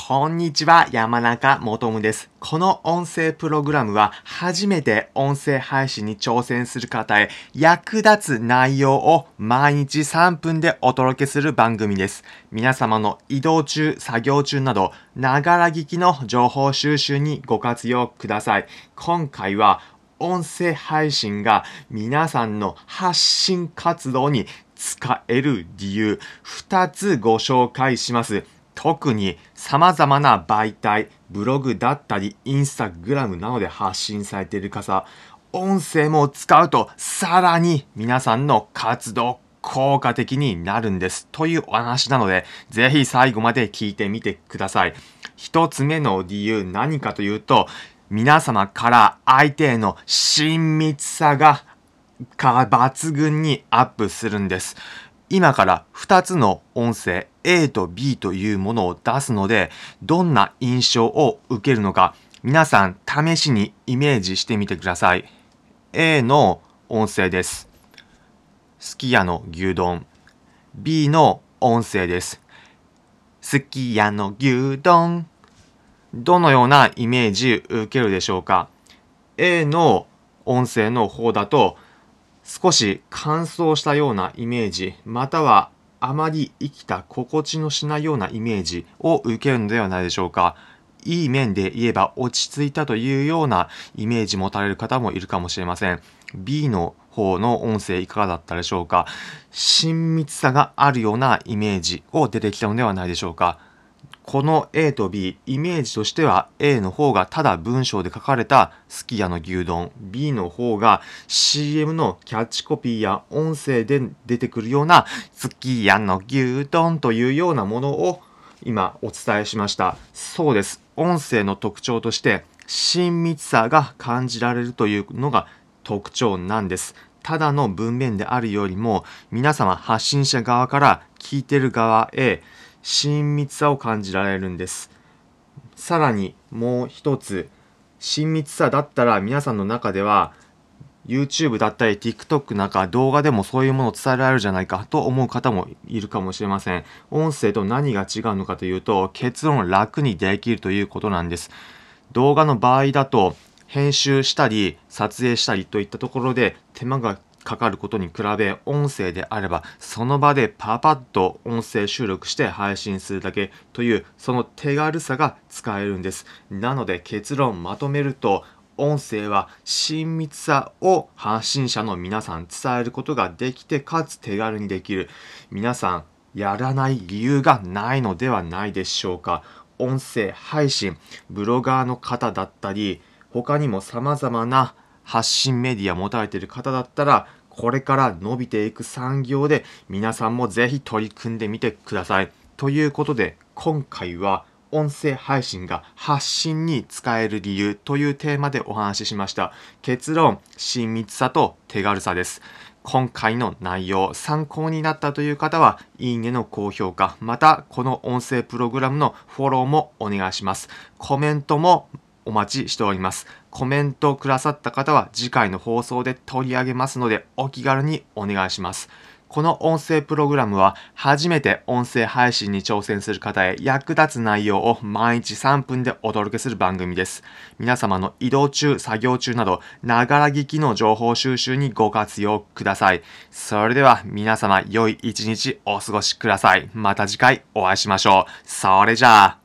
こんにちは、山中もとむです。この音声プログラムは初めて音声配信に挑戦する方へ役立つ内容を毎日3分でお届けする番組です。皆様の移動中、作業中など、ながら聞きの情報収集にご活用ください。今回は音声配信が皆さんの発信活動に使える理由2つご紹介します。特に様々な媒体、ブログだったり、インスタグラムなどで発信されている方、音声も使うとさらに皆さんの活動効果的になるんですというお話なので、ぜひ最後まで聞いてみてください。一つ目の理由何かというと、皆様から相手への親密さが抜群にアップするんです。今から2つの音声 A と B というものを出すので、どんな印象を受けるのか皆さん試しにイメージしてみてください。 A の音声です。すき家の牛丼。 B の音声です。すき家の牛丼。どのようなイメージ受けるでしょうか。 A の音声の方だと少し乾燥したようなイメージ、またはあまり生きた心地のしないようなイメージを受けるのではないでしょうか。いい面で言えば落ち着いたというようなイメージ持たれる方もいるかもしれません。B の方の音声いかがだったでしょうか。親密さがあるようなイメージを出てきたのではないでしょうか。この A と B、イメージとしては A の方がただ文章で書かれたすき家の牛丼、B の方が CM のキャッチコピーや音声で出てくるようなすき家の牛丼というようなものを今お伝えしました。そうです。音声の特徴として親密さが感じられるというのが特徴なんです。ただの文面であるよりも皆様発信者側から聞いてる側へ親密さを感じられるんです。さらにもう一つ、親密さだったら皆さんの中では YouTube だったり TikTok なんか動画でもそういうものを伝えられるじゃないかと思う方もいるかもしれません。音声と何が違うのかというと、結論楽にできるということなんです。動画の場合だと編集したり撮影したりといったところで手間がかかることに比べ、音声であればその場でパパッと音声収録して配信するだけというその手軽さが使えるんです。なので結論まとめると、音声は親密さを発信者の皆さん伝えることができて、かつ手軽にできる。皆さんやらない理由がないのではないでしょうか。音声配信、ブロガーの方だったり他にも様々な発信メディア持たれている方だったら、これから伸びていく産業で皆さんもぜひ取り組んでみてください。ということで今回は音声配信が発信に使える理由というテーマでお話ししました。結論、親密さと手軽さです。今回の内容参考になったという方はいいねの高評価、またこの音声プログラムのフォローもお願いします。コメントもお待ちしております。コメントくださった方は次回の放送で取り上げますのでお気軽にお願いします。この音声プログラムは初めて音声配信に挑戦する方へ役立つ内容を毎日3分でお届けする番組です。皆様の移動中、作業中などながら聞きの情報収集にご活用ください。それでは皆様良い一日お過ごしください。また次回お会いしましょう。それじゃあ。